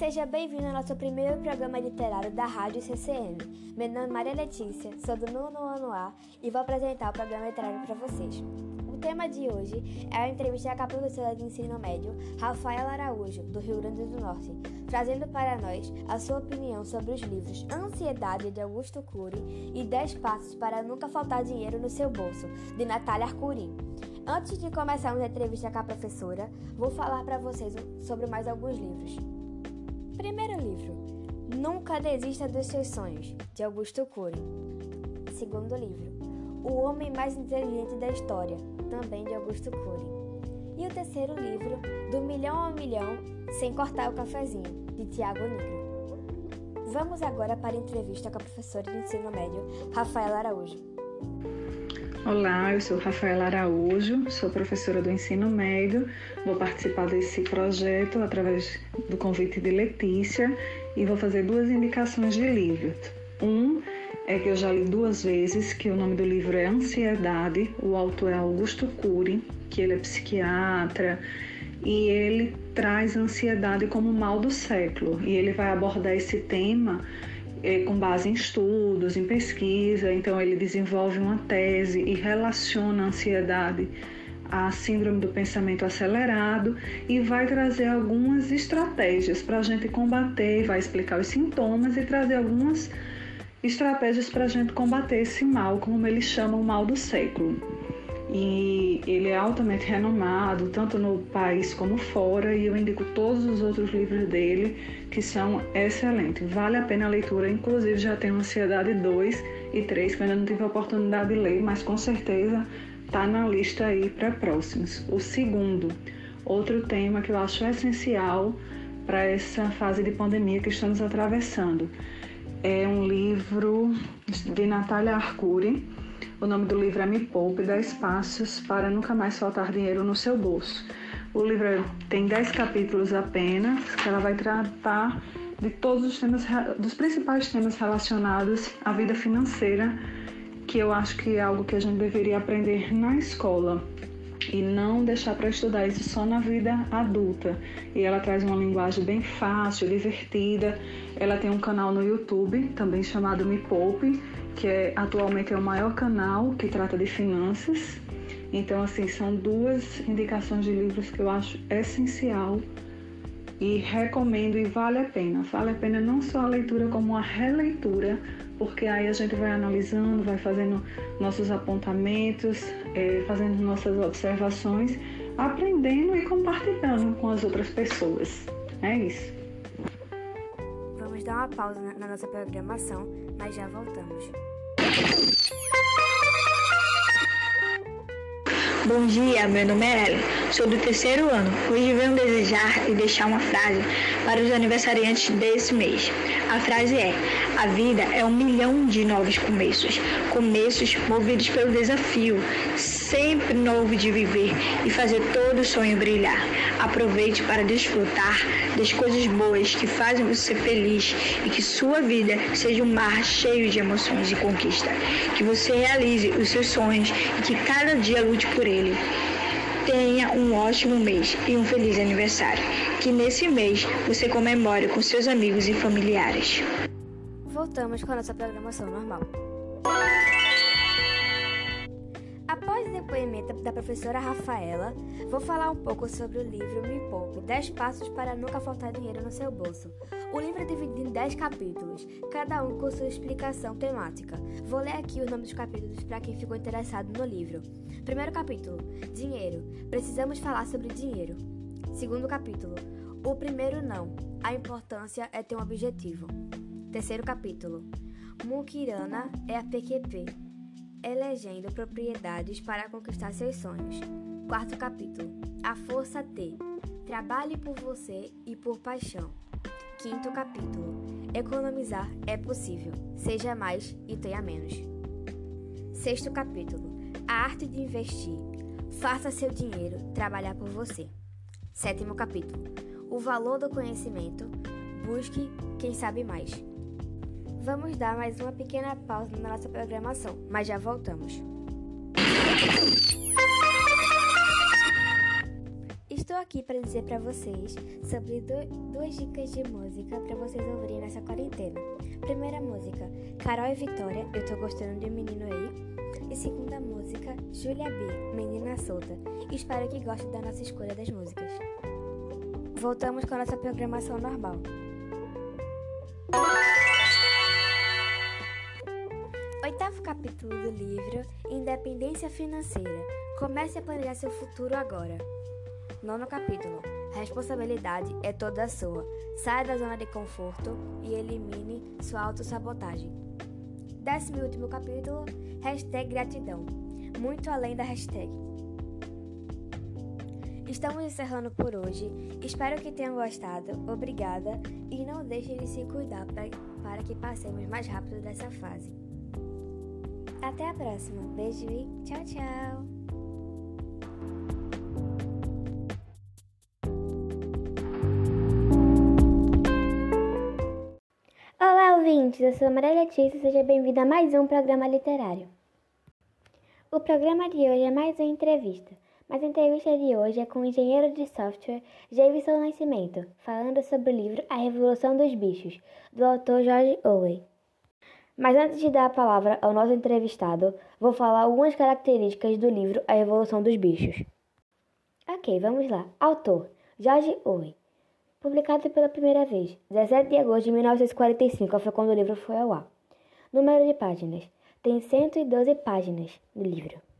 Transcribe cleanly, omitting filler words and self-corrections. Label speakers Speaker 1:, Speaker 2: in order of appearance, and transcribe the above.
Speaker 1: Seja bem-vindo ao nosso primeiro programa literário da Rádio CCM. Meu nome é Maria Letícia, sou do 9º ano A e vou apresentar o programa literário para vocês. O tema de hoje é a entrevista com a professora de ensino médio, Rafaela Araújo, do Rio Grande do Norte, trazendo para nós a sua opinião sobre os livros Ansiedade, de Augusto Cury, e 10 Passos para Nunca Faltar Dinheiro no Seu Bolso, de Natália Arcuri. Antes de começarmos a entrevista com a professora, vou falar para vocês sobre mais alguns livros. Primeiro livro, Nunca Desista dos Seus Sonhos, de Augusto Cury. Segundo livro, O Homem Mais Inteligente da História, também de Augusto Cury. E o terceiro livro, Do Milhão ao Milhão, Sem Cortar o Cafezinho, de Tiago Nigro. Vamos agora para a entrevista com a professora de ensino médio, Rafaela Araújo.
Speaker 2: Olá, eu sou Rafaela Araújo, sou professora do ensino médio, vou participar desse projeto através do convite de Letícia e vou fazer 2 indicações de livros. Um é que eu já li 2 vezes, que o nome do livro é Ansiedade, o autor é Augusto Cury, que ele é psiquiatra e ele traz a ansiedade como o mal do século e ele vai abordar esse tema com base em estudos, em pesquisa. Então ele desenvolve uma tese e relaciona a ansiedade à síndrome do pensamento acelerado e vai trazer algumas estratégias para a gente combater, vai explicar os sintomas e trazer algumas estratégias para a gente combater esse mal, como ele chama o mal do século. E ele é altamente renomado, tanto no país como fora, e eu indico todos os outros livros dele, que são excelentes. Vale a pena a leitura, inclusive já tem Ansiedade 2 e 3, que eu ainda não tive a oportunidade de ler, mas com certeza está na lista aí para próximos. O segundo, outro tema que eu acho essencial para essa fase de pandemia que estamos atravessando, é um livro de Natália Arcuri. O nome do livro é Me Poupe, 10 Passos para Nunca Mais Faltar Dinheiro no Seu Bolso. O livro tem 10 capítulos apenas, que ela vai tratar de todos os temas, dos principais temas relacionados à vida financeira, que eu acho que é algo que a gente deveria aprender na escola e não deixar para estudar isso só na vida adulta. E ela traz uma linguagem bem fácil, divertida. Ela tem um canal no YouTube, também chamado Me Poupe, que atualmente é o maior canal que trata de finanças. Então, assim, são 2 indicações de livros que eu acho essencial e recomendo, e vale a pena. Vale a pena não só a leitura, como a releitura, porque aí a gente vai analisando, vai fazendo nossos apontamentos, fazendo nossas observações, aprendendo e compartilhando com as outras pessoas. É isso.
Speaker 1: Vamos dar uma pausa na nossa programação, mas já voltamos.
Speaker 3: Bom dia, meu nome é Ellen, sou do 3º ano. Hoje venho desejar e deixar uma frase para os aniversariantes desse mês. A frase é: a vida é 1 milhão de novos começos, começos movidos pelo desafio, sempre novo de viver e fazer todo o sonho brilhar. Aproveite para desfrutar das coisas boas que fazem você feliz e que sua vida seja um mar cheio de emoções e conquista. Que você realize os seus sonhos e que cada dia lute por ele. Tenha um ótimo mês e um feliz aniversário. Que nesse mês você comemore com seus amigos e familiares.
Speaker 1: Voltamos com a nossa programação normal. Após o depoimento da professora Rafaela, vou falar um pouco sobre o livro Me Poupe, 10 Passos para Nunca Faltar Dinheiro no Seu Bolso. O livro é dividido em 10 capítulos, cada um com sua explicação temática. Vou ler aqui os nomes dos capítulos para quem ficou interessado no livro. Primeiro capítulo, Dinheiro. Precisamos falar sobre dinheiro. Segundo capítulo, O Primeiro Não. A importância é ter um objetivo. Terceiro capítulo, Mukirana é a PQP. Elegendo propriedades para conquistar seus sonhos. Quarto capítulo, A Força T. Trabalhe por você e por paixão. Quinto capítulo, Economizar é possível. Seja mais e tenha menos. Sexto capítulo, A Arte de Investir. Faça seu dinheiro trabalhar por você. Sétimo capítulo, O Valor do Conhecimento. Busque quem sabe mais. Vamos dar mais uma pequena pausa na nossa programação, mas já voltamos. Estou Estou aqui para dizer para vocês sobre duas dicas de música para vocês ouvirem nessa quarentena. Primeira música, Carol e Vitória, Eu Tô Gostando de um Menino Aí. E segunda música, Julia B, Menina Solta. Espero que gostem da nossa escolha das músicas. Voltamos com a nossa programação normal. Oitavo capítulo do livro Independência Financeira. Comece a planejar seu futuro agora. Nono capítulo. A responsabilidade é toda sua. Saia da zona de conforto e elimine sua autossabotagem. 11º capítulo. Hashtag gratidão. Muito além da hashtag. Estamos encerrando por hoje. Espero que tenham gostado. Obrigada. E não deixem de se cuidar para que passemos mais rápido dessa fase. Até a próxima. Beijo e tchau, tchau. Olá, ouvintes. Eu sou Maria Letícia e seja bem-vinda a mais um programa literário. O programa de hoje é mais uma entrevista, mas a entrevista de hoje é com o engenheiro de software Jameson Nascimento, falando sobre o livro A Revolução dos Bichos, do autor George Orwell. Mas antes de dar a palavra ao nosso entrevistado, vou falar algumas características do livro A Revolução dos Bichos. Ok, vamos lá. Autor, George Orwell. Publicado pela primeira vez, 17 de agosto de 1945, foi quando o livro foi ao ar. Número de páginas. Tem 112 páginas no livro.